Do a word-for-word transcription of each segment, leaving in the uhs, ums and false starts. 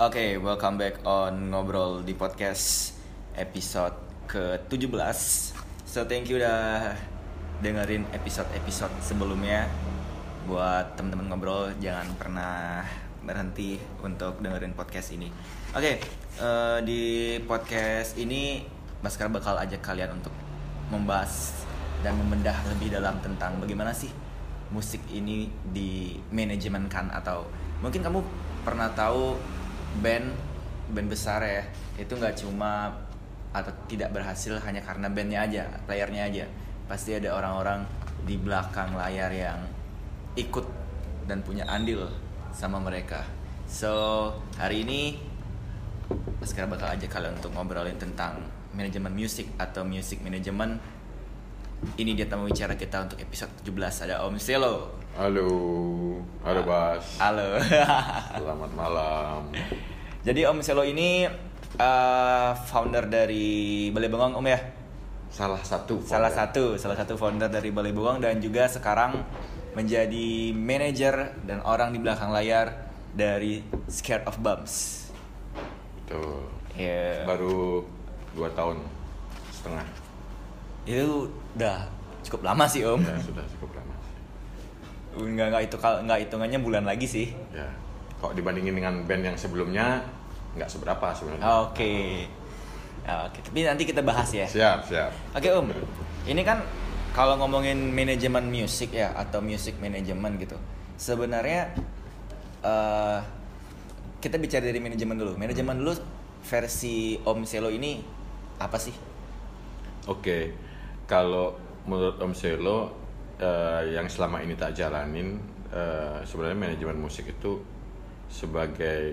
Oke, welcome back on Ngobrol di Podcast episode ke tujuh belas. So thank you udah dengerin episode-episode sebelumnya. Buat teman-teman ngobrol, jangan pernah berhenti untuk dengerin podcast ini. Oke, uh, di podcast ini Baskara bakal ajak kalian untuk membahas dan membedah lebih dalam tentang bagaimana sih musik ini di manajemenkan, atau mungkin kamu pernah tahu band band besar ya, itu nggak cuma atau tidak berhasil hanya karena bandnya aja, playernya aja. Pasti ada orang-orang di belakang layar yang ikut dan punya andil sama mereka. So hari ini sekarang bakal ajak kalian untuk ngobrolin tentang manajemen musik atau music management. Ini dia tamu bicara kita untuk episode tujuh belas, ada Om Selo. Halo, halo Bas. Halo. Selamat malam. Jadi Om Selo ini uh, founder dari Balai Bengong, Om ya? Salah satu. Founder. Salah satu, salah satu founder dari Balai Bengong, dan juga sekarang menjadi manajer dan orang di belakang layar dari Scared of Bumps. Betul. Yeah. Baru dua tahun setengah. Itu udah cukup lama sih Om. Ya sudah cukup lama. Nggak nggak itu kalau nggak hitungannya bulan lagi sih. Ya. Kok dibandingin dengan band yang sebelumnya nggak seberapa sebenarnya. Oke. Okay. Oke. Okay. Tapi nanti kita bahas ya. Siap siap. Oke okay, Om. Ini kan kalau ngomongin manajemen musik ya, atau music management gitu. Sebenarnya uh, kita bicara dari manajemen dulu. Manajemen dulu versi Om Selo ini apa sih? Oke. Okay. Kalau menurut Om Selo uh, yang selama ini tak jalanin, uh, sebenarnya manajemen musik itu sebagai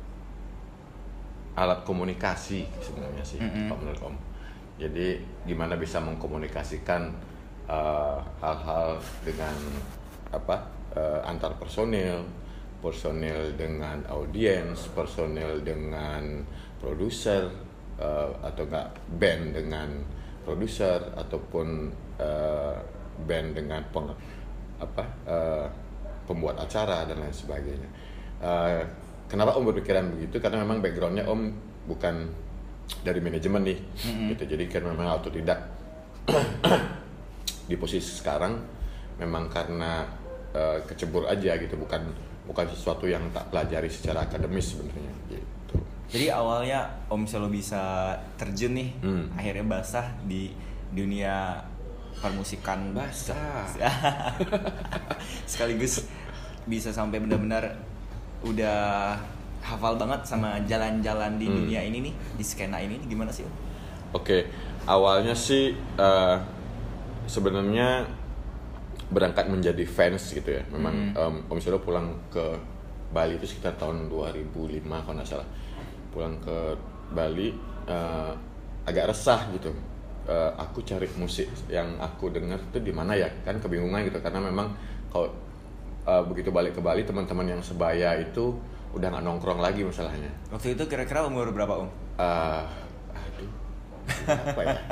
alat komunikasi sebenarnya sih, mm-hmm. Pak menurut Om. Jadi gimana bisa mengkomunikasikan uh, hal-hal dengan apa uh, antar personil, personil dengan audiens, personil dengan produser, uh, atau enggak band dengan produser, ataupun uh, band dengan peng, apa uh, pembuat acara dan lain sebagainya. Uh, kenapa Om berpikiran begitu? Karena memang backgroundnya Om bukan dari manajemen nih, mm-hmm. gitu. Jadi kan memang autodidak di posisi sekarang memang karena uh, kecebur aja gitu, bukan bukan sesuatu yang tak pelajari secara akademis sebenarnya. Gitu. Jadi awalnya Om Selo bisa terjun nih, hmm. akhirnya basah di dunia permusikan, basah. Sekaligus bisa sampai benar-benar udah hafal banget sama jalan-jalan di hmm. dunia ini nih, di skena ini. Gimana sih Om? Oke, awalnya sih uh, sebenarnya berangkat menjadi fans gitu ya. Memang hmm. um, Om Selo pulang ke Bali itu sekitar tahun dua ribu lima kalau nggak salah. Pulang ke Bali uh, agak resah gitu. Uh, aku cari musik yang aku dengar itu di mana ya? Kan kebingungan gitu, karena memang kalau uh, begitu balik ke Bali, teman-teman yang sebaya itu udah nggak nongkrong lagi masalahnya. Waktu itu kira-kira umur berapa Om? Uh, aduh, apa ya?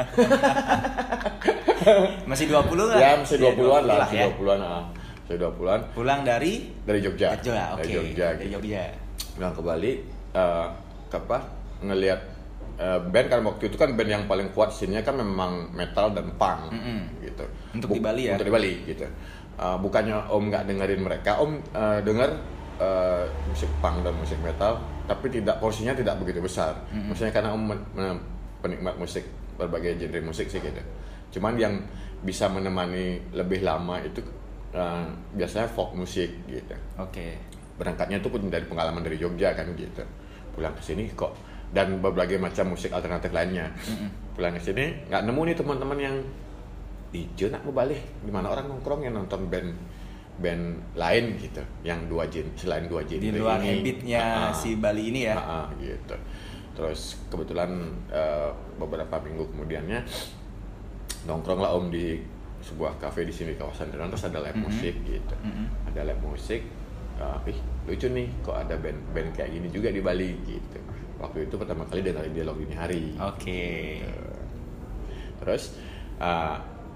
Masih dua puluh lah? Ya masih dua puluhan lah, masih ya? dua puluhan lah. Masih dua puluhan. Pulang dari? Dari Jogja. Jogja, oke. Dari Jogja. Dari gitu. Jogja. Pulang ke Bali, uh, ke apa? Ngelihat uh, band, kan waktu itu kan band yang paling kuat scene-nya kan memang metal dan punk, mm-hmm. gitu. Untuk Buk- di Bali ya? Untuk di Bali gitu. Uh, bukannya Om nggak dengerin mereka, Om uh, denger uh, musik punk dan musik metal, tapi tidak, porsinya tidak begitu besar. Mm-hmm. Maksudnya karena Om men- men- penikmat musik, berbagai genre musik sih gitu. Cuman yang bisa menemani lebih lama itu uh, biasanya folk musik gitu. Oke. Okay. Berangkatnya itu pun dari pengalaman dari Jogja kan gitu. Pulang ke sini kok, dan berbagai macam musik alternatif lainnya. Mm-hmm. Pulang ke sini nggak nemu nih teman-teman yang hijau nak mau balik, di mana orang nongkrong yang nonton band band lain gitu, yang dua genre, selain dua genre di luar ini, habitnya uh-uh. si Bali ini ya. Uh-uh, gitu. Terus kebetulan uh, beberapa minggu kemudiannya nongkrong lah Om di sebuah kafe di sini kawasan Denang, terus ada live mm-hmm. musik gitu, mm-hmm. ada live musik. Uh, ih lucu nih, kok ada band-band kayak gini juga di Bali gitu. Waktu itu pertama kali dengerin Dialog Dini Hari. Oke. Okay. Gitu. Terus uh,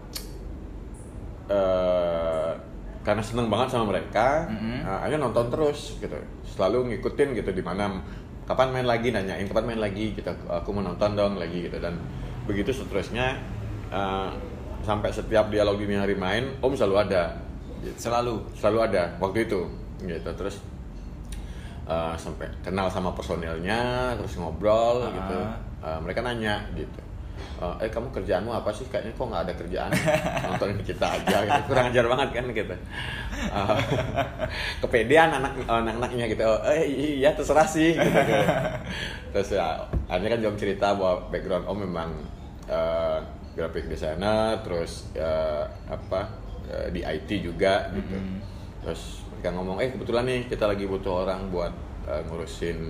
uh, karena seneng banget sama mereka, mm-hmm. uh, akhirnya nonton terus gitu, selalu ngikutin gitu di mana kapan main lagi, nanyain kapan main lagi, kita aku mau nonton dong lagi gitu. Dan begitu seterusnya uh, sampai setiap dialog dini hari main Om selalu ada gitu. Selalu selalu ada waktu itu gitu. Terus uh, sampai kenal sama personilnya, terus ngobrol uh-huh. gitu. Uh, mereka nanya gitu, uh, eh kamu kerjaanmu apa sih? Kayaknya kok nggak ada kerjaan, nontonin kita aja gitu. Kurang ajar banget kan gitu. Uh, kepedean anak anak-anaknya gitu. Eh iya terserah sih gitu, gitu. Terus ya akhirnya kan Om cerita bahwa background Om memang uh, graphic designer, terus uh, apa uh, di I T juga gitu. Mm-hmm. Terus mereka ngomong, eh kebetulan nih kita lagi butuh orang buat uh, ngurusin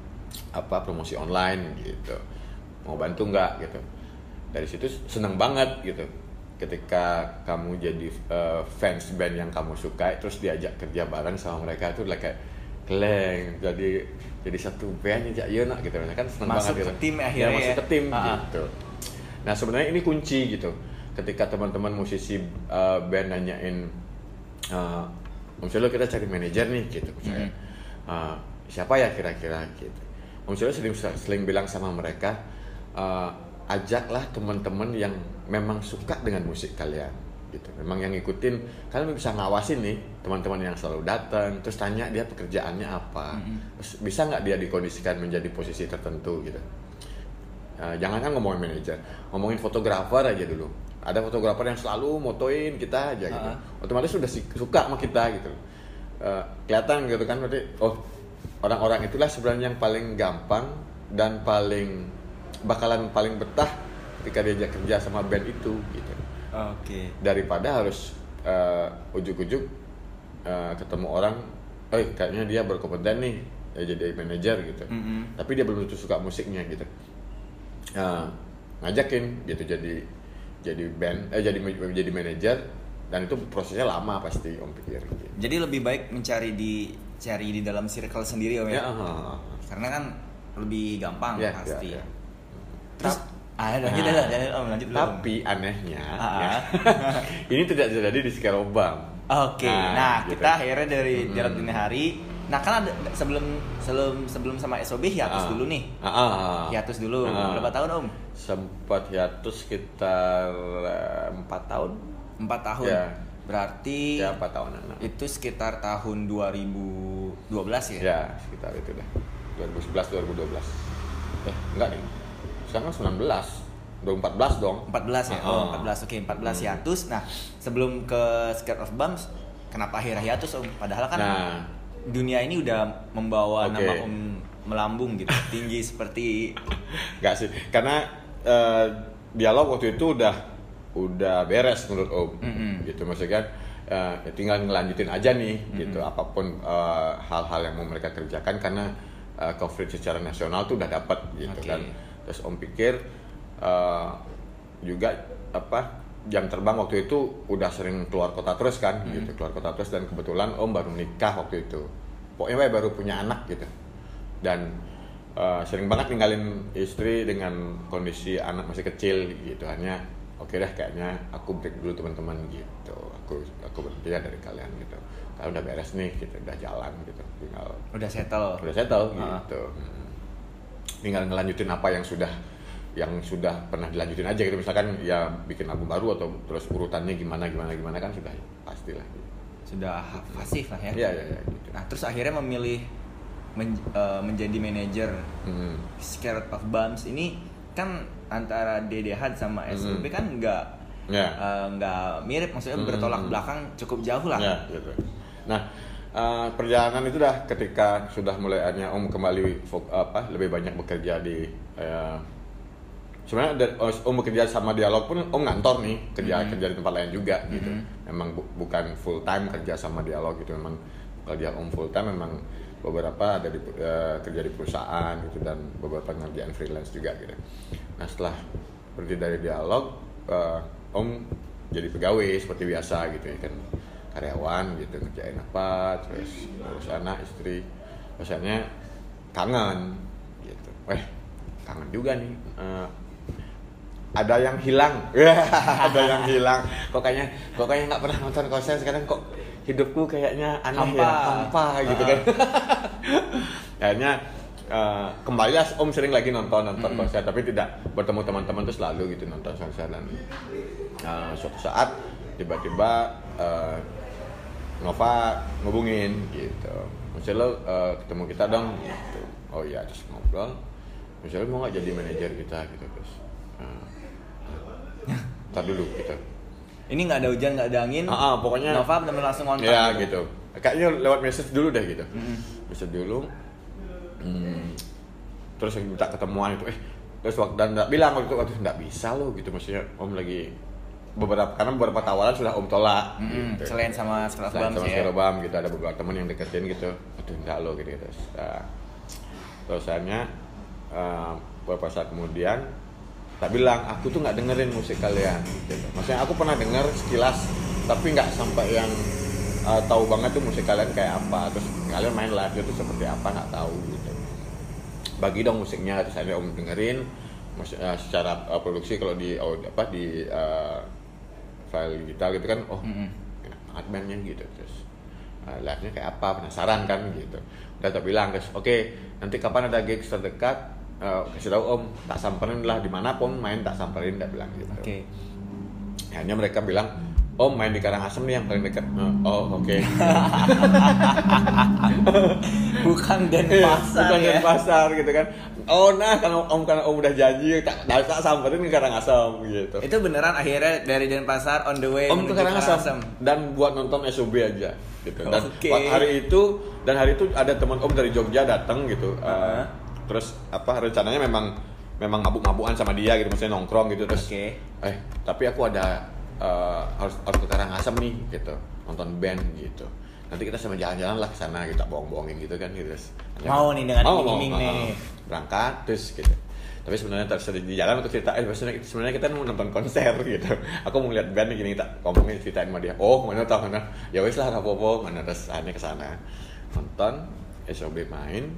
apa promosi online gitu. Mau bantu nggak gitu. Dari situ seneng banget gitu. Ketika kamu jadi uh, fans band yang kamu suka, terus diajak kerja bareng sama mereka itu like kayak keleng, jadi jadi satu band aja, iya nak gitu. Kan seneng masuk banget ke gitu. tim akhirnya ya, masuk ya. ke tim uh-huh. gitu. Nah sebenarnya ini kunci gitu. Ketika teman-teman musisi uh, band nanyain, uh, Om Selo kita cari manajer nih gitu, misalnya. Mm-hmm. Uh, siapa ya kira-kira gitu. Om Selo sering, sering bilang sama mereka, uh, ajaklah teman-teman yang memang suka dengan musik kalian gitu. Memang yang ngikutin, kalian bisa ngawasin nih teman-teman yang selalu datang, terus tanya dia pekerjaannya apa, mm-hmm. terus bisa nggak dia dikondisikan menjadi posisi tertentu gitu. Uh, jangan kan ngomongin manajer, ngomongin fotografer aja dulu. Ada fotografer yang selalu motoin kita aja gitu. Uh-huh. Otomatis sudah suka sama kita gitu. Uh, kelihatan gitu kan berarti, oh orang-orang itulah sebenarnya yang paling gampang dan paling bakalan paling betah ketika diajak kerja sama band itu gitu. Oke. Okay. Daripada harus uh, ujuk-ujuk uh, ketemu orang, eh kayaknya dia berkompeten nih ya jadi manajer gitu. Mm-hmm. Tapi dia belum tentu suka musiknya gitu. Uh, ngajakin gitu jadi jadi band, eh jadi jadi manajer, dan itu prosesnya lama pasti Om pikir. Gitu. Jadi lebih baik mencari di cari di dalam circle sendiri Om ya. Ya uh, Karena kan lebih gampang ya, pasti. Ya, ya. Terus ah, lanjut nah, lanjut Om, lanjut dulu. Tapi om. Anehnya ya, ini tidak terjadi di Skarobam. Oke. Okay. Nah, nah gitu. Kita akhirnya dari dialog dini hari. Nah, kan ada sebelum sebelum sebelum sama S O B hiatus uh, dulu nih. Uh, uh, uh, hiatus dulu. Uh, Berapa tahun Om? Sempat hiatus sekitar empat tahun. Empat tahun. Ya. Berarti ya empat tahunan. Itu sekitar tahun dua ribu dua belas ya? Ya, sekitar itu dah. dua ribu sebelas dua ribu dua belas. Eh, enggak nih. Sekarang sembilan belas. dua ribu empat belas dong. empat belas ya. Uh, oh, empat belas. Oke, okay, empat belas hmm. hiatus. Nah, sebelum ke Scared of Bums, kenapa akhirnya hiatus Om? Padahal kan nah, dunia ini udah membawa okay. nama Om melambung gitu, tinggi seperti enggak sih. Karena uh, dialog waktu itu udah udah beres menurut Om. Mm-hmm. Gitu maksudnya kan uh, ya tinggal ngelanjutin aja nih mm-hmm. gitu apapun uh, hal-hal yang mau mereka kerjakan karena uh, coverage secara nasional tuh udah dapat gitu okay. kan. Terus Om pikir uh, juga apa jam terbang waktu itu udah sering keluar kota terus kan mm-hmm. gitu, keluar kota terus, dan kebetulan Om baru nikah waktu itu. Pokoknya baru punya anak gitu. Dan uh, sering banget ninggalin istri dengan kondisi anak masih kecil gitu. Hanya oke okay deh kayaknya aku break dulu teman-teman gitu. Aku aku berhenti ya dari kalian gitu. Kalau udah beres nih gitu, udah jalan gitu. Tinggal udah settle. Udah settle uh. gitu. Tinggal ngelanjutin apa yang sudah yang sudah pernah dilanjutin aja gitu. Misalkan ya bikin album baru atau terus urutannya gimana gimana gimana kan sudah pastilah gitu. Sudah pasif lah ya. Iya iya ya, gitu. Nah, terus akhirnya memilih men- uh, menjadi manajer hmm. Scared of Bums ini kan antara Dede Had sama S O B mm-hmm. kan nggak yeah. uh, nggak mirip, maksudnya mm-hmm. bertolak belakang cukup jauh lah. Yeah, gitu. Nah uh, perjalanan itu dah ketika sudah mulai akhirnya Om kembali fok, apa lebih banyak bekerja di uh, sebenarnya Om bekerja sama Dialog pun Om ngantor nih kerja mm-hmm. kerja di tempat lain juga gitu. Mm-hmm. Memang bu- bukan full time kerja sama Dialog gitu, memang kerja Om full time memang beberapa ada di uh, kerja di perusahaan gitu dan beberapa ngerjain freelance juga gitu. Nah setelah pergi dari Dialog, uh, Om jadi pegawai seperti biasa gitu ya kan, karyawan gitu ngerjain apa, terus urus anak istri, rasanya kangen gitu. Weh kangen juga nih. Uh, ada yang hilang, ada yang hilang. Kok kayaknya, kok kayaknya nggak pernah nonton konser sekarang kok. Hidupku kayaknya aneh hampa. ya, hampa gitu kan. Akhirnya uh, kembali lah Om sering lagi nonton nonton mm-hmm. konser, tapi tidak bertemu teman-teman tuh selalu gitu nonton konser. Dan uh, suatu saat tiba-tiba uh, Nova ngubungin gitu, misalnya lo uh, ketemu kita dong gitu. Oh iya, terus ngobrol, misalnya mau nggak jadi manajer kita gitu, terus uh, tar dulu gitu. Ini nggak ada hujan, nggak ada angin. Ah, uh, pokoknya Nova benar-benar langsung kontak. Ya gitu. gitu. Kayaknya lewat message dulu deh gitu. Mm-hmm. Message dulu. Hmm, terus yang minta ketemuan itu, eh terus waktu dan nggak bilang waktu itu waktu nggak bisa lo gitu, maksudnya Om lagi beberapa karena beberapa tawaran sudah Om tolak. Mm-hmm. Gitu. Selain sama Skelobam sama sih ya. Skelobam gitu, ada beberapa teman yang deketin gitu, itu enggak lo gitu gitu. Nah, terus akhirnya uh, beberapa saat kemudian tak bilang aku tuh nggak dengerin musik kalian gitu. Maksudnya aku pernah denger sekilas tapi nggak sampai yang uh, tahu banget tuh musik kalian kayak apa, terus kalian main live itu seperti apa nggak tahu gitu. Bagi dong musiknya, terus akhirnya Om dengerin musik, uh, secara uh, produksi kalau di oh, apa di uh, file digital gitu kan, oh mm-hmm. enak banget bandnya gitu, terus uh, live-nya kayak apa, penasaran kan gitu. Udah tak bilang terus, oke okay, nanti kapan ada gigs terdekat Uh, kasih tahu Om, tak samperin lah dimanapun main tak samperin, tak bilang gitu. Oke. Okay. Akhirnya mereka bilang, Om main di Karangasem nih yang paling dekat. Oh oke. Okay. Bukan Denpasar. Bukan ya? Denpasar gitu kan. Oh nah kalau Om karena Om udah janji tak tak samperin ke Karangasem gitu. Itu beneran akhirnya dari Denpasar on the way Om ke Karangasem dan buat nonton S O B aja gitu. Dan okay. hari itu dan hari itu ada teman Om dari Jogja datang gitu. Uh-huh. Uh, Terus apa rencananya memang memang mabuk-mabukan sama dia gitu, maksudnya nongkrong gitu, terus okay. eh tapi aku ada uh, harus harus ke Karangasem nih gitu, nonton band gitu. Nanti kita sama jalan-jalan lah ke sana gitu, bohong-bohongin gitu kan gitu. Terus, mau nih dengan mau, iming mau, nih. Berangkat terus gitu. Tapi sebenarnya terus di jalan untuk ceritain, sebenarnya sebenarnya kita mau nonton konser gitu. Aku mau lihat band gini, tak ngomongin ceritain sama dia. Oh mana tahu mana? Ya wes lah apa-apa, mana terus akhirnya ke sana nonton S O B main.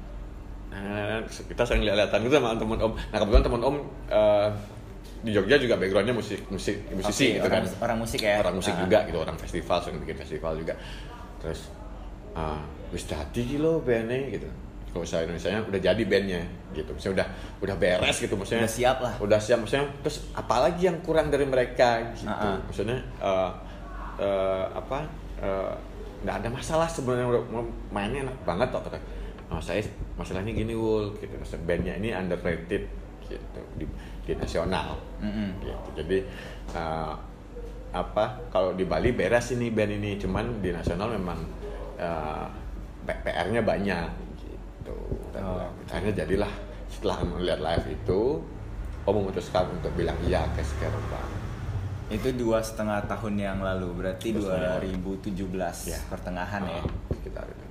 Nah, kita sering lihat-lihatan gitu sama teman Om. Nah kebetulan teman Om uh, di Jogja juga backgroundnya musik musik musisi okay, gitu orang, kan. Orang musik ya. Orang musik uh-huh. juga gitu, orang festival, sering bikin festival juga. Terus uh, wis jadi lo bandnya gitu. Kalau saya Indonesia udah jadi bandnya gitu. Maksudnya udah udah beres gitu, maksudnya. Udah siap lah. Udah siap maksudnya. Terus apalagi yang kurang dari mereka gitu. Uh-huh. Maksudnya uh, uh, apa? Nggak uh, ada masalah sebenarnya, mainnya enak banget kok kata. Oh, saya masalahnya gini Wul, gitu. Maksudnya bandnya ini underrated gitu di, di nasional. Mm-hmm. Gitu. Jadi uh, apa? Kalau di Bali beres ini band ini, cuman di nasional memang uh, P R-nya banyak gitu. Dan oh. akhirnya jadilah setelah melihat live itu, Om memutuskan untuk bilang iya ke Skelobam. Itu dua setengah tahun yang lalu, berarti dua ribu tujuh belas ya. Pertengahan uh, ya. Sekitar itu.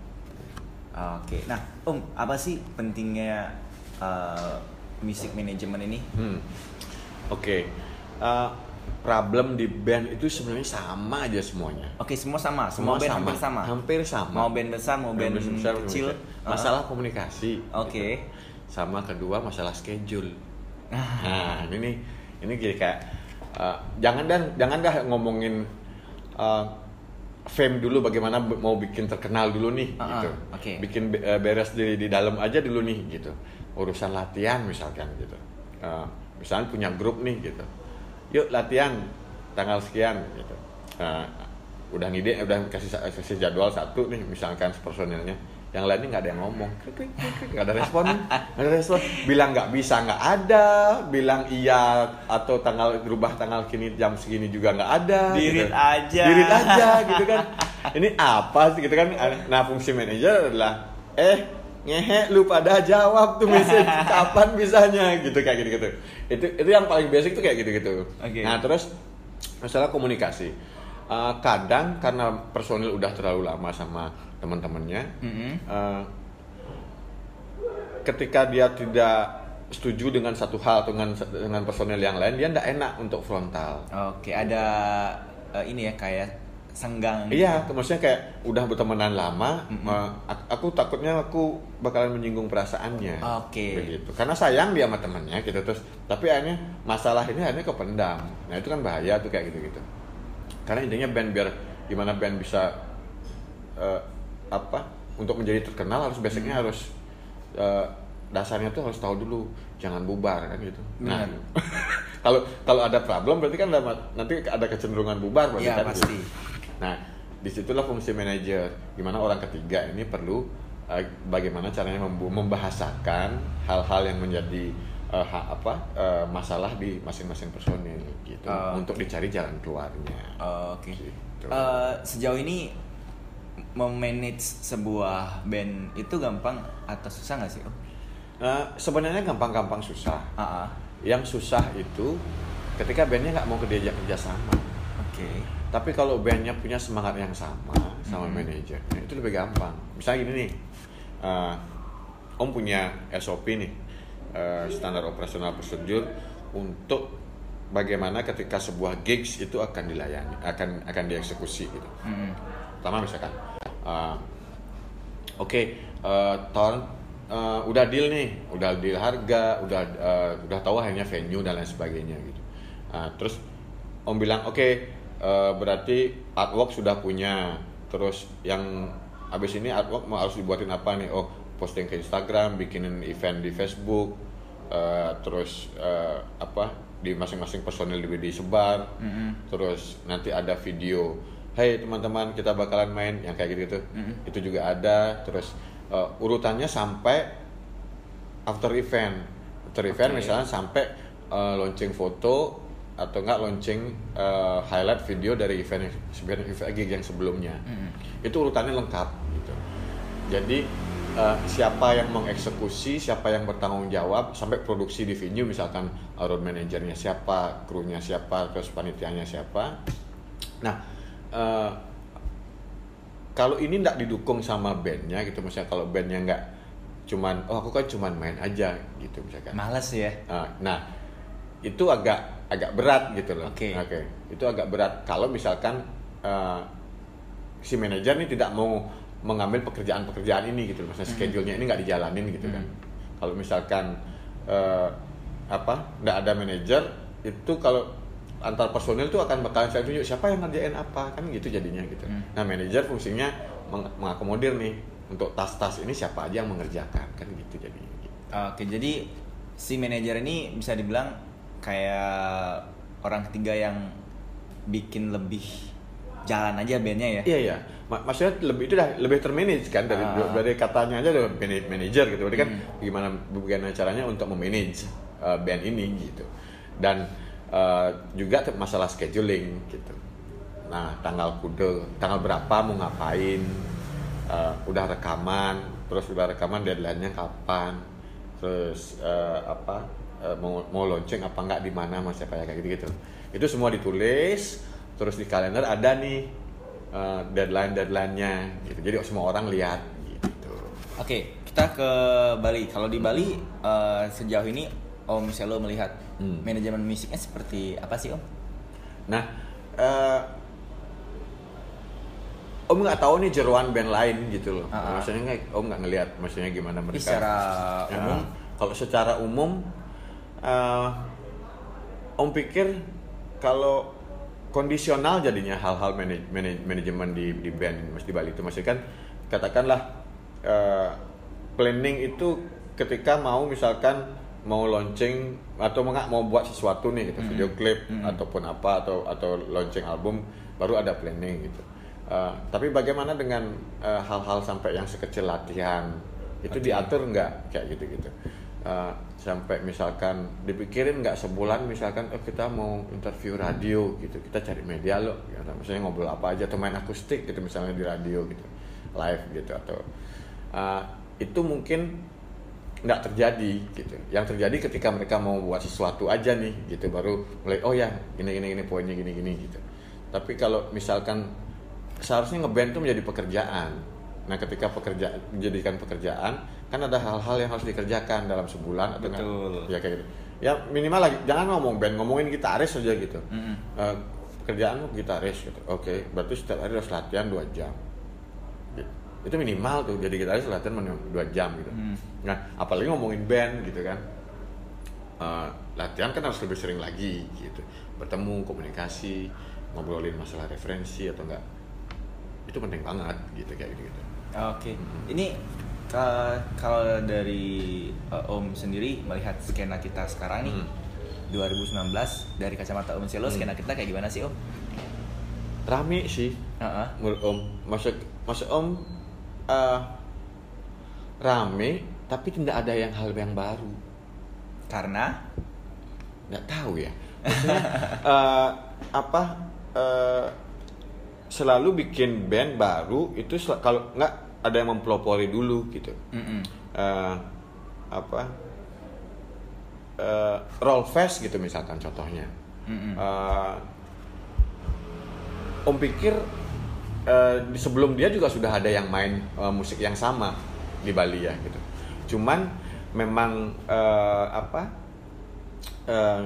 Oke, nah Om, apa sih pentingnya uh, music management ini? Hmm. Oke, okay. uh, problem di band itu sebenarnya sama aja semuanya. Oke, okay, semua sama, semua, semua band sama. hampir sama. Hampir sama. Mau band besar, mau band, band besar, kecil. Masalah uh-huh. komunikasi. Oke. Okay. Gitu. Sama kedua masalah schedule. Nah, ini ini jadi kayak uh, jangan dan jangan dah ngomongin. Uh, fame dulu, bagaimana mau bikin terkenal dulu nih uh-uh, gitu, okay. bikin uh, beres di di dalam aja dulu nih gitu, urusan latihan misalkan gitu, uh, misalnya punya grup nih gitu, yuk latihan tanggal sekian gitu, uh, udah ngide udah kasih kasih jadwal satu nih misalkan personilnya, yang lainnya nggak ada yang ngomong, nggak ada respon, nggak ada respon, bilang nggak bisa nggak ada, bilang iya atau tanggal berubah tanggal kini jam segini juga nggak ada, dirit gitu. aja, dirit aja gitu kan, ini apa sih gitu kan, nah fungsi manajer adalah eh ngehe lu pada jawab tuh message kapan bisanya gitu kayak gitu gitu, itu itu yang paling basic tuh kayak gitu gitu, okay. Nah terus masalah komunikasi. Uh, kadang karena personil udah terlalu lama sama teman-temannya, mm-hmm. uh, ketika dia tidak setuju dengan satu hal atau dengan dengan personil yang lain, dia tidak enak untuk frontal. Oke, ada uh, ini ya kayak senggang. Iya, gitu. Maksudnya kayak udah bertemanan lama, mm-hmm. uh, aku takutnya aku bakalan menyinggung perasaannya. Oke. Begitu. Karena sayang dia sama temannya gitu terus, tapi akhirnya masalah ini akhirnya kependam. Nah itu kan bahaya tuh kayak gitu-gitu. Karena intinya band biar gimana band bisa uh, apa untuk menjadi terkenal harus basicnya hmm. harus uh, dasarnya tuh harus tahu dulu jangan bubar kan gitu. Benar. Nah, kalau kalau ada problem berarti kan ada, nanti ada kecenderungan bubar berarti ya, kan. Pasti. Gitu. Nah, disitulah fungsi manajer, gimana orang ketiga ini perlu uh, bagaimana caranya membu- membahasakan hal-hal yang menjadi uh, ha- apa uh, masalah di masing-masing personil gitu uh, untuk dicari jalan keluarnya. Uh, Oke. Okay. Gitu. Uh, sejauh ini memanage sebuah band itu gampang atau susah nggak sih? Oh? Uh, sebenarnya gampang-gampang susah. Uh-uh. Yang susah itu ketika bandnya nggak mau kerja kerja sama. Oke. Okay. Tapi kalau bandnya punya semangat yang sama sama mm-hmm. manajernya itu lebih gampang. Misalnya gini nih, uh, Om punya S O P nih, uh, standar operasional prosedur untuk bagaimana ketika sebuah gigs itu akan dilayani, akan akan dieksekusi gitu. Mm-hmm. Pertama misalkan, uh, oke, okay, uh, Thor uh, udah deal nih, udah deal harga, udah uh, udah tahu hanya venue dan lain sebagainya gitu. Uh, terus Om bilang oke. Okay, Uh, berarti artwork sudah punya, terus yang abis ini artwork mau harus dibuatin apa nih? Oh, posting ke Instagram, bikinin event di Facebook, uh, terus uh, apa di masing-masing personil disebar, mm-hmm. terus nanti ada video, hey teman-teman kita bakalan main yang kayak gitu-gitu, mm-hmm. itu juga ada, terus uh, urutannya sampai after event, after event okay. Misalnya sampai uh, launching foto atau enggak launching uh, highlight video dari event event gig yang sebelumnya. Mm-hmm. Itu urutannya lengkap gitu. Jadi uh, siapa yang mengeksekusi, siapa yang bertanggung jawab sampai produksi di venue, misalkan road manajernya siapa, krunya siapa, terus panitianya siapa. Nah, uh, kalau ini enggak didukung sama bandnya gitu, misalnya kalau bandnya enggak cuman oh aku kan cuman main aja gitu misalkan. Males ya. Uh, nah, itu agak agak berat gitu loh. Oke. Okay. Okay. Itu agak berat kalau misalkan uh, si manajer ini tidak mau mengambil pekerjaan-pekerjaan ini gitu loh. Maksudnya mm-hmm. schedule-nya ini nggak dijalanin gitu mm-hmm. kan. Kalau misalkan uh, apa nggak ada manajer, itu kalau antar personil tuh akan bakalan saya tunjuk siapa yang ngerjain apa kan gitu jadinya gitu. Mm. Nah manajer fungsinya meng- mengakomodir nih untuk tas-tas ini siapa aja yang mengerjakan kan gitu jadinya. Gitu. Oke, jadi si manajer ini bisa dibilang kayak orang ketiga yang bikin lebih jalan aja bandnya ya? Iya iya, maksudnya lebih itu dah lebih termanage kan dari ah. dari katanya aja udah manager gitu, berarti kan hmm. gimana bagaimana caranya untuk memanage uh, band ini gitu, dan uh, juga masalah scheduling gitu. Nah tanggal kude, tanggal berapa mau ngapain, uh, udah rekaman, terus udah rekaman deadline-nya kapan, terus uh, apa? Uh, mau mau launching apa enggak di mana sama siapa ya kayak gitu-gitu. Itu semua ditulis, terus di kalender ada nih uh, deadline-deadline-nya gitu. Jadi semua orang lihat gitu. Oke, kita ke Bali. Kalau di Bali uh, sejauh ini Om Selo melihat hmm. manajemen musiknya seperti apa sih Om? Nah, uh, Om nggak tahu nih jeroan band lain gitu loh. Uh-huh. Maksudnya nggak, Om nggak ngelihat maksudnya gimana mereka. Secara ya, umum, kalau secara umum Uh, Om pikir kalau kondisional jadinya hal-hal manaj, manaj, manajemen di, di band di Bali itu, maksudnya kan katakanlah uh, planning itu ketika mau misalkan mau launching atau mau, mau buat sesuatu nih gitu, mm-hmm. video klip mm-hmm. ataupun apa atau atau launching album baru ada planning gitu. Uh, tapi bagaimana dengan uh, hal-hal sampai yang sekecil latihan itu okay. diatur nggak kayak gitu-gitu? Uh, sampai misalkan dipikirin nggak sebulan misalkan oh kita mau interview radio gitu, kita cari media loh gitu. Misalnya ngobrol apa aja atau main akustik gitu misalnya di radio gitu live gitu atau uh, itu mungkin nggak terjadi gitu. Yang terjadi ketika mereka mau buat sesuatu aja nih gitu baru mulai oh ya gini gini gini poinnya gini gini gitu. Tapi kalau misalkan seharusnya ngeband itu menjadi pekerjaan. Nah ketika pekerjaan menjadikan pekerjaan kan ada hal-hal yang harus dikerjakan dalam sebulan atau betul. Ya kayak gitu. Ya minimal lagi jangan ngomong band, ngomongin gitaris aja gitu. Mm-hmm. Uh, kerjaan gitaris gitu. Oke, okay, berarti setiap hari harus latihan dua jam. Gitu. Itu minimal tuh jadi gitaris latihan dua jam gitu. Mm. Nah, apalagi ngomongin band gitu kan. Uh, latihan kan harus lebih sering lagi gitu. Bertemu, komunikasi, ngobrolin masalah referensi atau enggak. Itu penting banget gitu kayak gitu. Oke. Okay. Hmm. Ini Kalau dari uh, Om sendiri melihat skena kita sekarang nih hmm. dua ribu sembilan belas dari kacamata Om Selo, hmm. skena kita kayak gimana sih Om? Rame sih, uh-huh. menurut Om. Maksud, maksud Om uh, rame, tapi tidak ada yang hal yang baru. Karena? Nggak tahu ya. Maksudnya uh, apa? Uh, selalu bikin band baru itu sel- kalau nggak ada yang mempelopori dulu gitu. Uh, apa? Uh, Rollfest gitu misalkan contohnya. Uh, Om pikir uh, sebelum dia juga sudah ada yang main uh, musik yang sama di Bali ya gitu. Cuman memang uh, apa? Uh,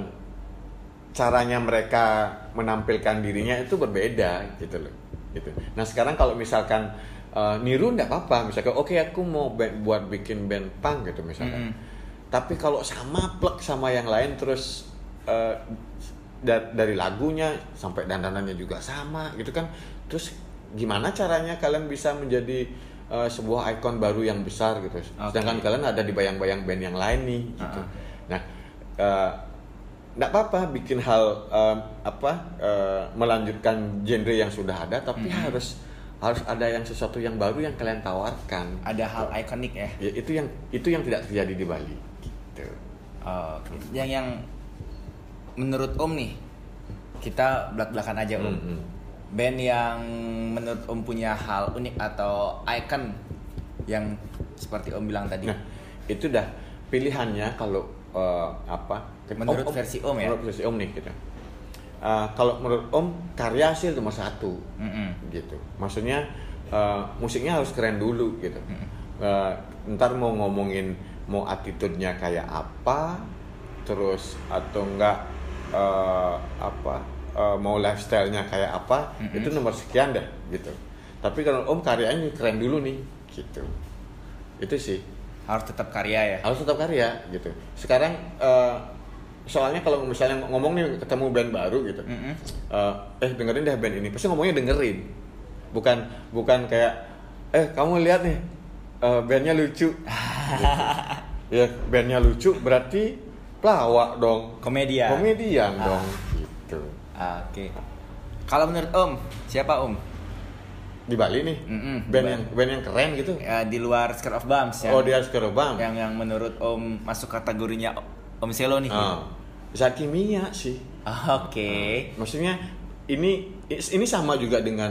caranya mereka menampilkan dirinya itu berbeda gitu loh. Gitu. Nah sekarang kalau misalkan uh, niru nggak apa-apa, misalkan oke okay, aku mau band, buat bikin band punk gitu misalkan. Mm-hmm. Tapi kalau sama plek sama yang lain terus uh, da- dari lagunya sampai dandanannya juga sama gitu kan, terus gimana caranya kalian bisa menjadi uh, sebuah ikon baru yang besar gitu. Okay. Sedangkan kalian ada di bayang-bayang band yang lain nih gitu. Uh-huh. Nah uh, nggak apa-apa bikin hal uh, apa uh, melanjutkan genre yang sudah ada, tapi mm-hmm. harus harus ada yang sesuatu yang baru yang kalian tawarkan. Ada hal ikonik ya? Ya itu yang itu yang tidak terjadi di Bali. Gitu. Oh, okay. Yang yang menurut Om nih, kita belak-belakan aja Om. Mm-hmm. Band yang menurut Om punya hal unik atau icon yang seperti Om bilang tadi. Nah, itu dah pilihannya kalau uh, apa? Menurut om, versi Om ya? Menurut versi Om nih gitu. Uh, kalau menurut Om karya sih nomor satu, mm-hmm. gitu. Maksudnya uh, musiknya harus keren dulu gitu. Mm-hmm. Uh, ntar mau ngomongin mau attitude-nya kayak apa, terus atau enggak uh, apa uh, mau lifestyle-nya kayak apa, mm-hmm. itu nomor sekian dah gitu. Tapi kalau Om karyanya keren dulu nih, gitu. Itu sih. Harus tetap karya ya? Harus tetap karya gitu. Sekarang uh, soalnya kalau misalnya ngomong nih ketemu band baru gitu, mm-hmm. uh, eh dengerin deh band ini, pasti ngomongnya dengerin, bukan bukan kayak eh kamu lihat nih uh, bandnya lucu, gitu. Ya bandnya lucu berarti pelawak dong, komedian, komedian ah. dong, gitu. Ah, Oke. Okay. Kalau menurut Om siapa Om? Di Bali nih, mm-hmm. band yang band yang keren gitu. Ya, di luar Skirt of Bums. Oh di luar Skirt of Bums. Yang yang menurut Om masuk kategorinya Om Selo nih. Oh. Zat kimia sih. Oke. Okay. Uh, maksudnya ini ini sama juga dengan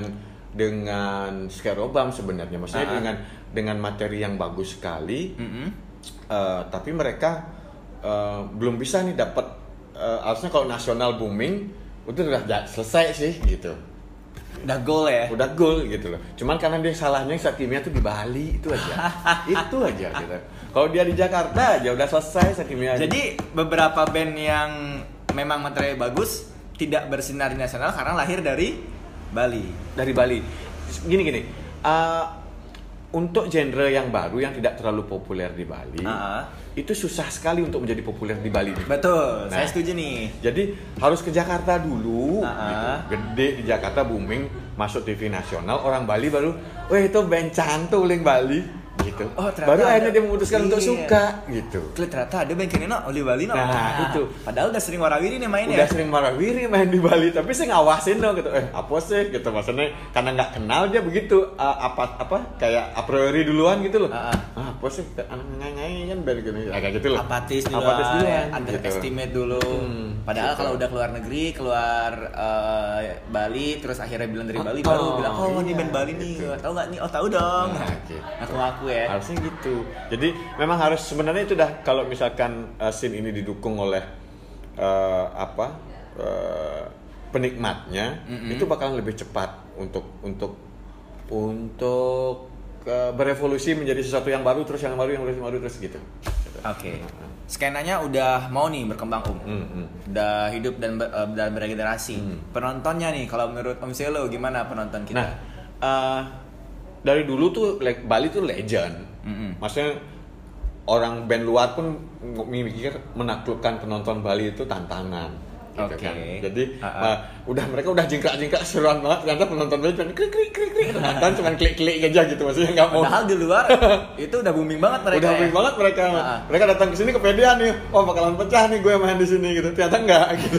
dengan Skerobam sebenarnya. Maksudnya uh-huh. dengan dengan materi yang bagus sekali. Mm-hmm. Uh, tapi mereka uh, belum bisa nih dapat. Uh, harusnya kalau nasional booming itu udah selesai sih gitu. Udah goal ya? Udah goal gitu loh. Cuman karena dia salahnya Zat kimia tuh di Bali itu aja. Itu aja gitu. Kalau dia di Jakarta aja udah selesai Zat kimia. Jadi beberapa band yang memang materi bagus tidak bersinar di nasional karena lahir dari Bali. Dari Bali. Gini gini. Uh, untuk genre yang baru yang tidak terlalu populer di Bali, uh-huh. itu susah sekali untuk menjadi populer di Bali. Betul, nah, saya setuju nih. Jadi harus ke Jakarta dulu, uh-huh. gitu. Gede di Jakarta booming, masuk T V nasional, orang Bali baru, wah itu band cantuling Bali. Gitu. Oh, baru ada, akhirnya dia memutuskan iya. untuk suka gitu. Ternyata ada band kene no di Bali no. Nah, nah, itu. Padahal udah sering warawiri nih main udah ya. Udah sering warawiri main di Bali, tapi saya ngawasin dong gitu. Eh, apa sih gitu maksudnya karena enggak kenal dia begitu uh, apa apa kayak a priori duluan gitu loh. Uh-huh. Ah, apa sih anak ngai-ngai kan band gini kayak gitu loh. Apatis duluan. Apatis duluan. Underestimate gitu. dulu. Hmm, Padahal gitu. Kalau udah keluar negeri, keluar uh, Bali terus akhirnya bilang dari Bali oh, baru bilang oh iya, ini band Bali nih. Gitu. Tahu enggak nih? Oh, tahu dong. Nah, gitu. Aku-aku ya. Harusnya gitu. Jadi memang harus sebenarnya itu dah kalau misalkan uh, scene ini didukung oleh uh, apa uh, penikmatnya, mm-hmm. itu bakalan lebih cepat untuk untuk untuk uh, berevolusi menjadi sesuatu yang baru terus yang baru yang baru, yang baru terus gitu. Oke. Okay. Skenanya udah mau nih berkembang Om, mm-hmm. udah hidup dan ber, uh, dan bergenerasi. Mm. Penontonnya nih kalau menurut Om Selo gimana penonton kita? Nah, uh, dari dulu tuh Bali tuh legend. Mm-hmm. Maksudnya orang band luar pun mikir menaklukkan penonton Bali itu tantangan. gitu okay. kan. Jadi uh-uh. uh, udah mereka udah jingkrak-jingkrak seruan banget, ternyata penonton band cuma klik klik klik klik dan cuma klik-klik aja gitu, maksudnya nggak mau. Padahal di luar itu udah booming banget mereka. Udah booming ya? banget mereka. uh-uh. Mereka datang ke sini kepedean nih, oh bakalan pecah nih gue main di sini gitu. Ternyata enggak gitu.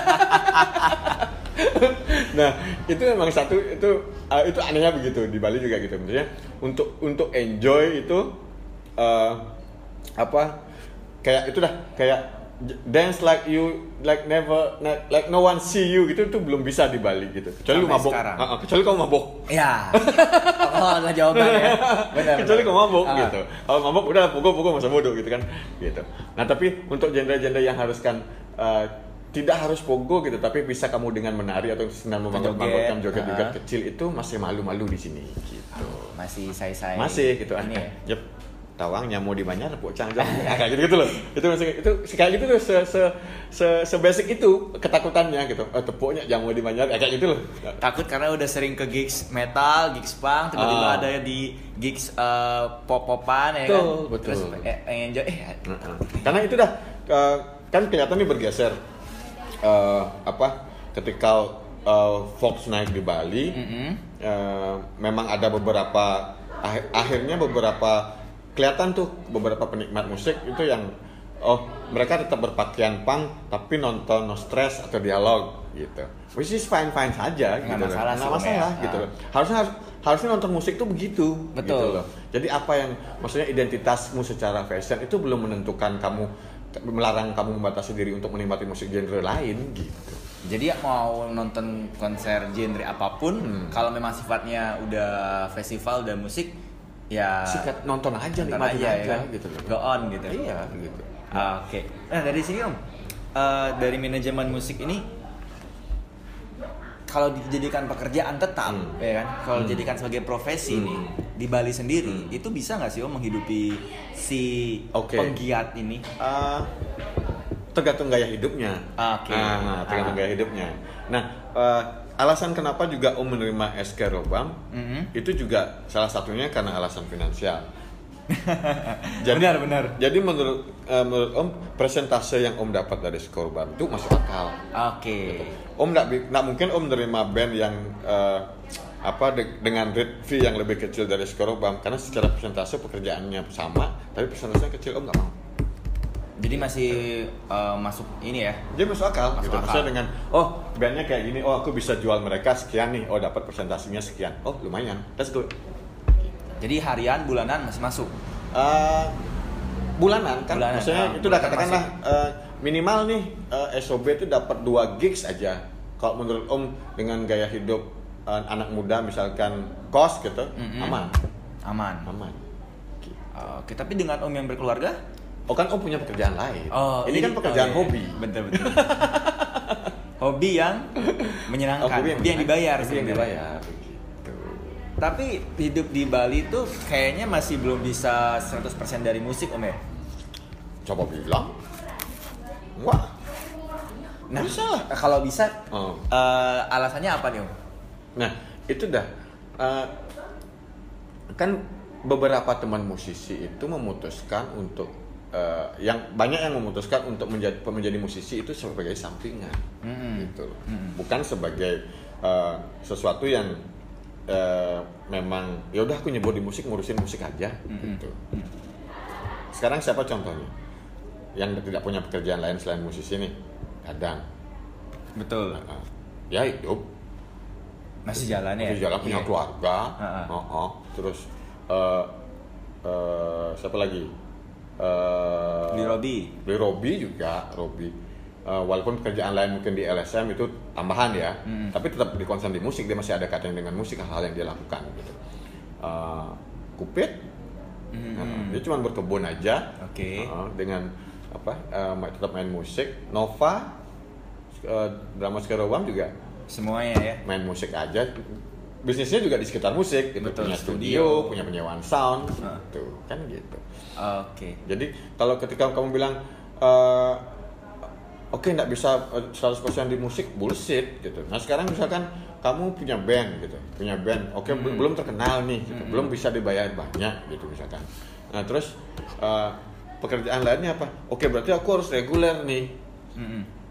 Nah, itu memang satu itu uh, itu anehnya begitu di Bali juga gitu. Maksudnya untuk untuk enjoy itu uh, apa kayak itu dah kayak dance like you like never like no one see you gitu itu belum bisa di Bali gitu. Kecuali lu mabok. Uh, uh, kecuali kamu mabok. Iya. Oh, adalah jawabannya. Benar. Kecuali kamu mabok uh. gitu. Kalau mabok udah pukul-pukul masa bodoh gitu kan. Gitu. Nah, tapi untuk genre-genre yang haruskan uh, tidak harus pogo gitu, tapi bisa kamu dengan menari atau senang membangkit-bangkitkan joget-joget uh. kecil itu masih malu-malu di sini gitu. Masih say-say. Masih gitu ini aneh. Ya? Yep. Tawang nyamu di Manyar pocang jam kayak gitu gitu loh. Itu masih itu kayak gitu tuh se se se, se basic itu ketakutannya gitu. Oh, tepuknya jamu di Manyar kayak gitu loh. Takut karena udah sering ke gigs metal, gigs punk, tiba-tiba uh. ada di gigs uh, pop-popan ya betul, kan. Betul. Terus eh, enjoy eh uh-uh. Karena itu dah uh, kan kelihatan nih bergeser uh, apa ketika uh, Fox naik di Bali mm-hmm. uh, memang ada beberapa akhir, akhirnya beberapa kelihatan tuh beberapa penikmat musik itu yang oh mereka tetap berpakaian punk tapi nonton no stress atau dialog gitu, which is fine fine saja nggak gitu masalah, nggak masalah ya. gitu loh. Harusnya harusnya nonton musik tuh begitu. Betul. Gitu loh. Jadi apa yang maksudnya identitasmu secara fashion itu belum menentukan kamu melarang kamu membatasi diri untuk menikmati musik genre lain gitu. Jadi mau nonton konser genre apapun hmm. kalau memang sifatnya udah festival dan musik ya sikat nonton aja nonton nikmatin aja, aja, ya. gitu loh. Go on gitu. Iya gitu. Ah, oke. Okay. Nah dari sini om, uh, dari manajemen musik ini kalau dijadikan pekerjaan tetap, hmm. ya kan? Kalau hmm. dijadikan sebagai profesi hmm. nih di Bali sendiri, hmm. itu bisa nggak sih om menghidupi si okay. penggiat ini? Uh, tergantung gaya hidupnya. Oke. Okay. Nah, tergantung ah. gaya hidupnya. Nah. Uh, Alasan kenapa juga Om menerima S K Robam mm-hmm. itu juga salah satunya karena alasan finansial. jadi, benar benar. Jadi menurut uh, menurut Om presentase yang Om dapat dari S K Robam itu masuk akal. Oke. Okay. Gitu. Om nggak mungkin Om menerima band yang uh, apa de- dengan rate fee yang lebih kecil dari S K Robam karena secara presentase pekerjaannya sama tapi presentasenya kecil Om nggak mau. Jadi masih uh, masuk ini ya? Dia masuk akal, masuk gitu. akal. Maksudnya dengan, oh bandnya kayak gini, oh aku bisa jual mereka sekian nih, oh dapat presentasinya sekian, oh lumayan, let's go. Jadi harian, bulanan masih masuk? Uh, bulanan kan, bulanan, maksudnya uh, itu udah katakanlah uh, minimal nih uh, S O B itu dapat dua gigs aja. Kalau menurut Om dengan gaya hidup uh, anak muda misalkan kos gitu, mm-hmm. aman. Aman. Aman. Gitu. Uh, Oke, tapi dengan Om yang berkeluarga? Oh kan Om punya pekerjaan lain. Oh, ini, ini kan pekerjaan oh, iya. hobi. Betul betul. Hobi yang menyenangkan, oh, hobi yang, hobi yang dibayar. Hobi yang dibayar. Begitu. Tapi hidup di Bali tuh kayaknya masih belum bisa seratus persen dari musik Om ya? Coba bilang. Wah. Nah, bisa lah. Kalau bisa, oh. uh, alasannya apa nih Om? Nah, itu dah. Uh, kan beberapa teman musisi itu memutuskan untuk Uh, yang banyak yang memutuskan untuk menjadi menjadi musisi itu sebagai sampingan, mm-hmm. gitu, mm-hmm. bukan sebagai uh, sesuatu yang uh, memang ya udah aku nyebur di musik ngurusin musik aja, mm-hmm. gitu. Sekarang siapa contohnya yang tidak punya pekerjaan lain selain musisi nih? Kadang, betul. Uh, ya hidup masih jalan ya, masih jalan punya yeah. keluarga, uh-huh. uh-huh. terus uh, uh, siapa lagi? Uh, Beli Robi, Beli Robi juga, Robi. Uh, walaupun pekerjaan lain mungkin di L S M itu tambahan ya, mm. tapi tetap dikonsen di musik, dia masih ada kaitan dengan musik hal-hal yang dia lakukan gitu. Uh, Kupit, mm. uh, dia cuma berkebun aja, okay. uh, dengan apa? Uh, tetap main musik. Nova, uh, drama Skarobam juga, semuanya ya, main musik aja. Bisnisnya juga di sekitar musik, gitu. Betul, punya studio, studio, punya penyewaan sound, uh. gitu, kan gitu. Oke. Okay. Jadi kalau ketika kamu bilang, uh, oke okay, nggak bisa seratus persen di musik, bullshit gitu. Nah sekarang misalkan kamu punya band gitu, punya band, oke okay, mm-hmm. belum terkenal nih, gitu. mm-hmm. belum bisa dibayar banyak gitu misalkan. Nah terus uh, pekerjaan lainnya apa? Oke okay, berarti aku harus reguler nih. Mm-hmm.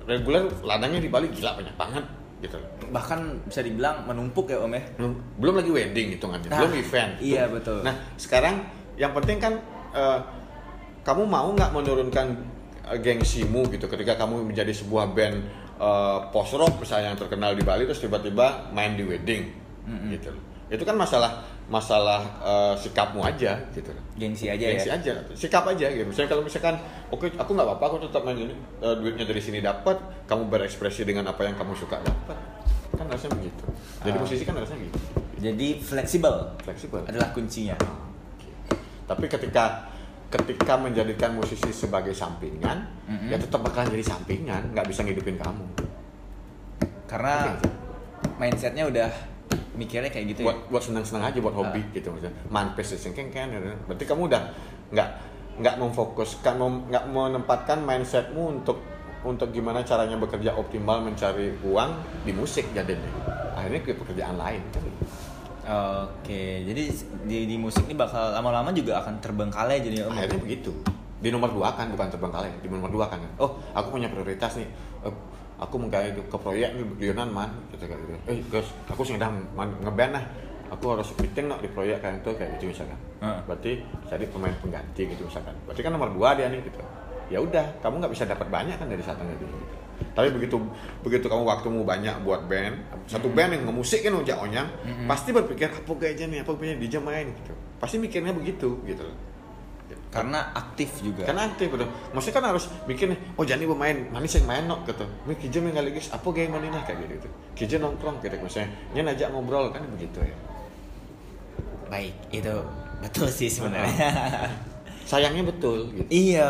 reguler ladangnya di Bali gila banyak banget gitu. Bahkan bisa dibilang menumpuk ya Om ya. Belum lagi wedding hitungannya, nah, belum event. Iya tuh. betul. Nah sekarang yang penting kan uh, kamu mau nggak menurunkan uh, gengsimu gitu ketika kamu menjadi sebuah band uh, post rock misalnya yang terkenal di Bali terus tiba-tiba main di wedding mm-hmm. gitu. Itu kan masalah masalah uh, sikapmu aja gitu. Gengsi aja Gengsi ya. aja, sikap aja gitu. Misalnya kalau misalkan oke okay, aku nggak apa-apa aku tetap main ini uh, duitnya dari sini dapat, kamu berekspresi dengan apa yang kamu suka dapat. Kan rasanya begitu. Jadi uh, musisi kan rasanya gitu. Jadi fleksibel. Fleksibel adalah kuncinya. Tapi ketika ketika menjadikan musisi sebagai sampingan, mm-hmm. ya tetap bakalan jadi sampingan, nggak bisa ngidupin kamu. Karena okay. mindsetnya udah mikirnya kayak gitu buat, ya. Buat senang-senang aja, buat hobi uh. gitu maksudnya. Manpes sengkeng kan, berarti kamu udah nggak nggak memfokuskan, nggak menempatkan mindsetmu untuk untuk gimana caranya bekerja optimal mencari uang di musik jadinya. Akhirnya ke pekerjaan lain kan. Oke, jadi di, di musik ini bakal lama-lama juga akan terbengkalai jadi. Akhirnya begitu. Di nomor dua kan, bukan terbengkalai, di nomor dua kan. Oh, aku punya prioritas nih. Uh, aku menggaya ke proyek nih Lionan man, gitu gitu. Eh, guys, aku sedang ngeband lah. Aku harus meeting no, di proyek kayak itu kayak gitu misalkan. Uh. Berarti jadi pemain pengganti gitu misalkan. Berarti kan nomor dua dia nih gitu. Ya udah, kamu nggak bisa dapat banyak kan dari satu gitu. Tapi begitu begitu kamu waktumu banyak buat band, satu mm-hmm. band yang ngemusik kan ojak-onyang, mm-hmm. pasti berpikir apa gayanya nih, apa punya D J main gitu. Pasti mikirnya begitu gitu. Karena aktif juga. Karena aktif betul. Maksudnya kan harus mikir nih, oh jadi pemain, manis yang main no gitu. Ini Kijo yang kali guys, apa gaya mana kayak gitu. Kijo nongkrong gitu misalnya, dia ngajak ngobrol kan begitu ya. Baik, itu betul sih sebenarnya. Sayangnya betul gitu. Iya.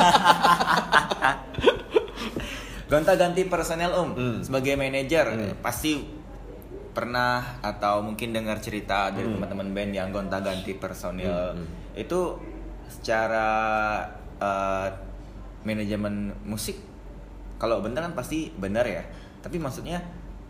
Gonta-ganti personel Om, hmm. sebagai manajer hmm. pasti pernah atau mungkin dengar cerita dari hmm. teman-teman band yang gonta-ganti personel. Hmm. Itu secara uh, manajemen musik kalau benar kan pasti benar ya. Tapi maksudnya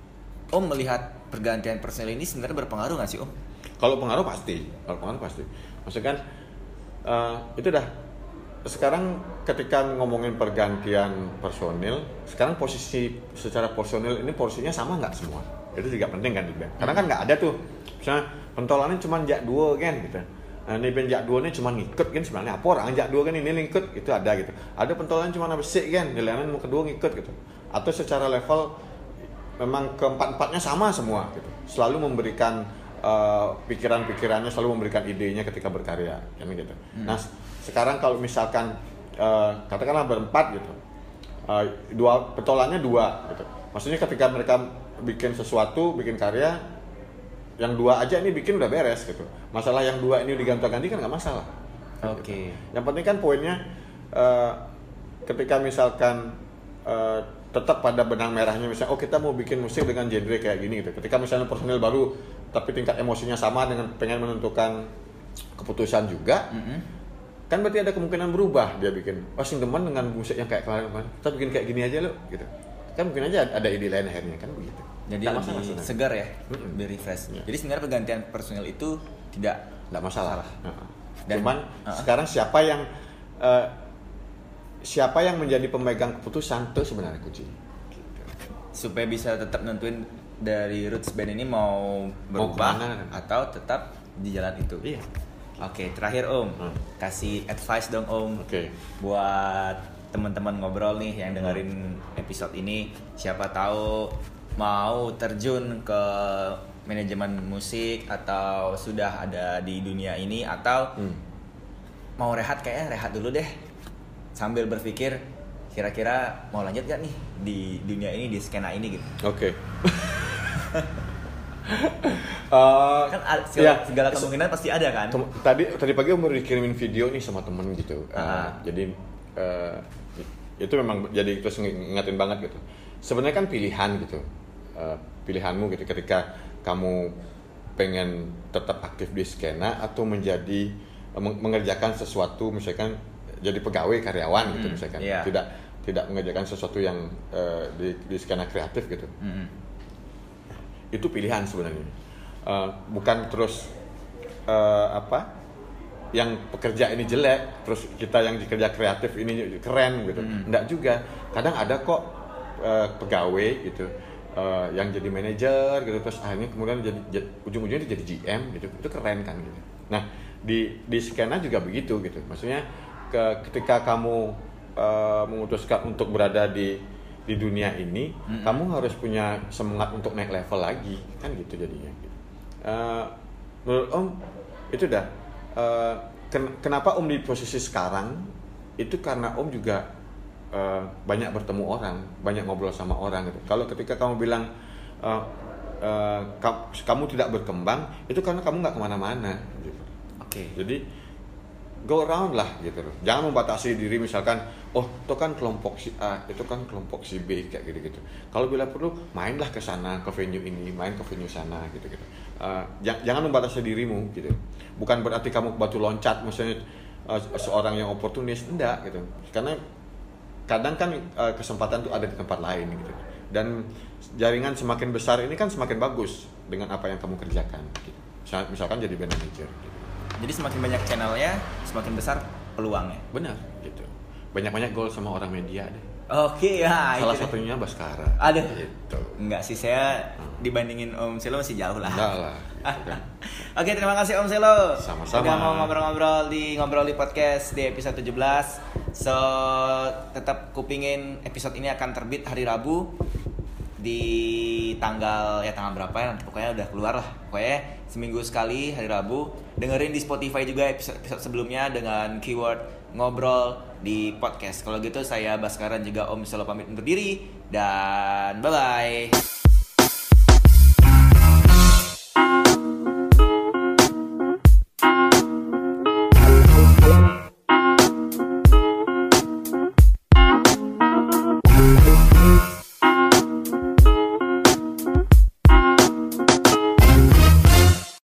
Om melihat pergantian personel ini sebenarnya berpengaruh nggak sih Om? Kalau pengaruh pasti, kalau pengaruh pasti. Maksudnya kan uh, itu dah. Sekarang ketika ngomongin pergantian personil, sekarang posisi secara personil ini porsinya sama nggak semua? Itu juga penting kan di band. Karena kan nggak ada tuh, misalnya pentolannya cuma jak dua kan gitu. Nah ini band jak dua ini cuma ngikut kan sebenarnya apa orang jak dua kan ini ngikut itu ada gitu. Ada pentolannya cuma besik kan, nilainya mau kedua ngikut gitu. Atau secara level memang keempat-empatnya sama semua gitu. Selalu memberikan uh, pikiran-pikirannya, selalu memberikan idenya ketika berkarya kan gitu. Hmm. Nah sekarang kalau misalkan uh, katakanlah berempat gitu, uh, dua petolannya dua gitu. Maksudnya ketika mereka bikin sesuatu, bikin karya, yang dua aja ini bikin udah beres gitu. Masalah yang dua ini diganti-ganti kan nggak masalah. Oke. Okay. Gitu. Yang penting kan poinnya uh, ketika misalkan uh, tetap pada benang merahnya, misalnya oh kita mau bikin musik dengan genre kayak gini gitu. Ketika misalnya personil baru tapi tingkat emosinya sama dengan pengen menentukan keputusan juga. Mm-hmm. Kan berarti ada kemungkinan berubah dia bikin. Oh sing teman dengan musik yang kayak kemarin-kemarin, kita bikin kayak gini aja lo, gitu. Kan mungkin aja ada ide lain akhirnya kan begitu. Jadi tak lebih masalah, segar ya, mm-hmm. lebih refresh. Yeah. Jadi sebenarnya pergantian personil itu tidak tidak masalah. Uh-huh. Dan, Cuman uh-huh. sekarang siapa yang uh, siapa yang menjadi pemegang keputusan itu sebenarnya kunci. Gitu. Supaya bisa tetap nentuin dari roots band ini mau berubah mau atau tetap di jalan itu. Iya. Oke, terakhir Om, hmm. kasih advice dong Om. Oke. Buat teman-teman ngobrol nih yang dengerin episode ini, siapa tahu mau terjun ke manajemen musik atau sudah ada di dunia ini atau hmm. mau rehat kayaknya rehat dulu deh. Sambil berpikir kira-kira mau lanjut gak nih di dunia ini, di skena ini gitu. Oke. uh, kan segala, ya, segala kemungkinan pasti ada kan. Tem- tadi tadi pagi Om baru dikirimin video nih sama temen gitu. Uh, uh. Jadi uh, itu memang jadi terus ngingetin banget gitu. Sebenarnya kan pilihan gitu, uh, pilihanmu gitu ketika kamu pengen tetap aktif di skena atau menjadi uh, mengerjakan sesuatu misalkan jadi pegawai karyawan gitu hmm, misalkan yeah. tidak tidak mengerjakan sesuatu yang uh, di, di skena kreatif gitu. Hmm. Itu pilihan sebenarnya, uh, bukan terus uh, apa yang pekerja ini jelek terus kita yang kerja kreatif ini keren gitu. Hmm. Enggak juga, kadang ada kok uh, pegawai gitu uh, yang jadi manajer gitu, terus akhirnya kemudian jadi, jadi ujung-ujungnya jadi G M gitu, itu keren kan gitu. Nah di di skena juga begitu gitu, maksudnya ke, ketika kamu uh, memutuskan untuk berada di di dunia ini, mm-hmm. kamu harus punya semangat untuk naik level lagi kan gitu jadinya. Uh, menurut Om itu dah uh, ken- kenapa Om di posisi sekarang itu karena Om juga uh, banyak bertemu orang, banyak ngobrol sama orang gitu. Kalau ketika kamu bilang uh, uh, kamu tidak berkembang, itu karena kamu nggak kemana-mana gitu. Oke. Okay. Jadi go around lah gitu loh. Jangan membatasi diri misalkan, oh itu kan kelompok si A, itu kan kelompok si B kayak gitu-gitu. Kalau bila perlu mainlah ke sana, ke venue ini, main ke venue sana gitu-gitu. Uh, jangan membatasi dirimu gitu. Bukan berarti kamu batu loncat misalnya uh, seorang yang oportunis, enggak gitu. Karena kadang kan uh, kesempatan tuh ada di tempat lain gitu. Dan jaringan semakin besar ini kan semakin bagus dengan apa yang kamu kerjakan gitu. Misalkan jadi band manager gitu. Jadi semakin banyak channelnya, semakin besar peluangnya. Benar, gitu. Banyak-banyak goal sama orang media deh. Oke ya. Salah satunya Baskara. Ada. Gitu. Enggak sih, saya hmm. dibandingin Om Selo masih jauh lah. Enggak lah. Oke, terima kasih Om Selo. Sama-sama. Udah mau ngobrol-ngobrol di Ngobrol di Podcast di episode tujuh belas. So, tetap kupingin episode ini akan terbit hari Rabu di tanggal ya tanggal berapa ya nanti pokoknya udah keluar lah. Pokoknya seminggu sekali hari Rabu. Dengerin di Spotify juga episode-episode sebelumnya dengan keyword ngobrol di podcast. Kalau gitu saya Baskara juga Om Selo pamit undur diri dan bye bye.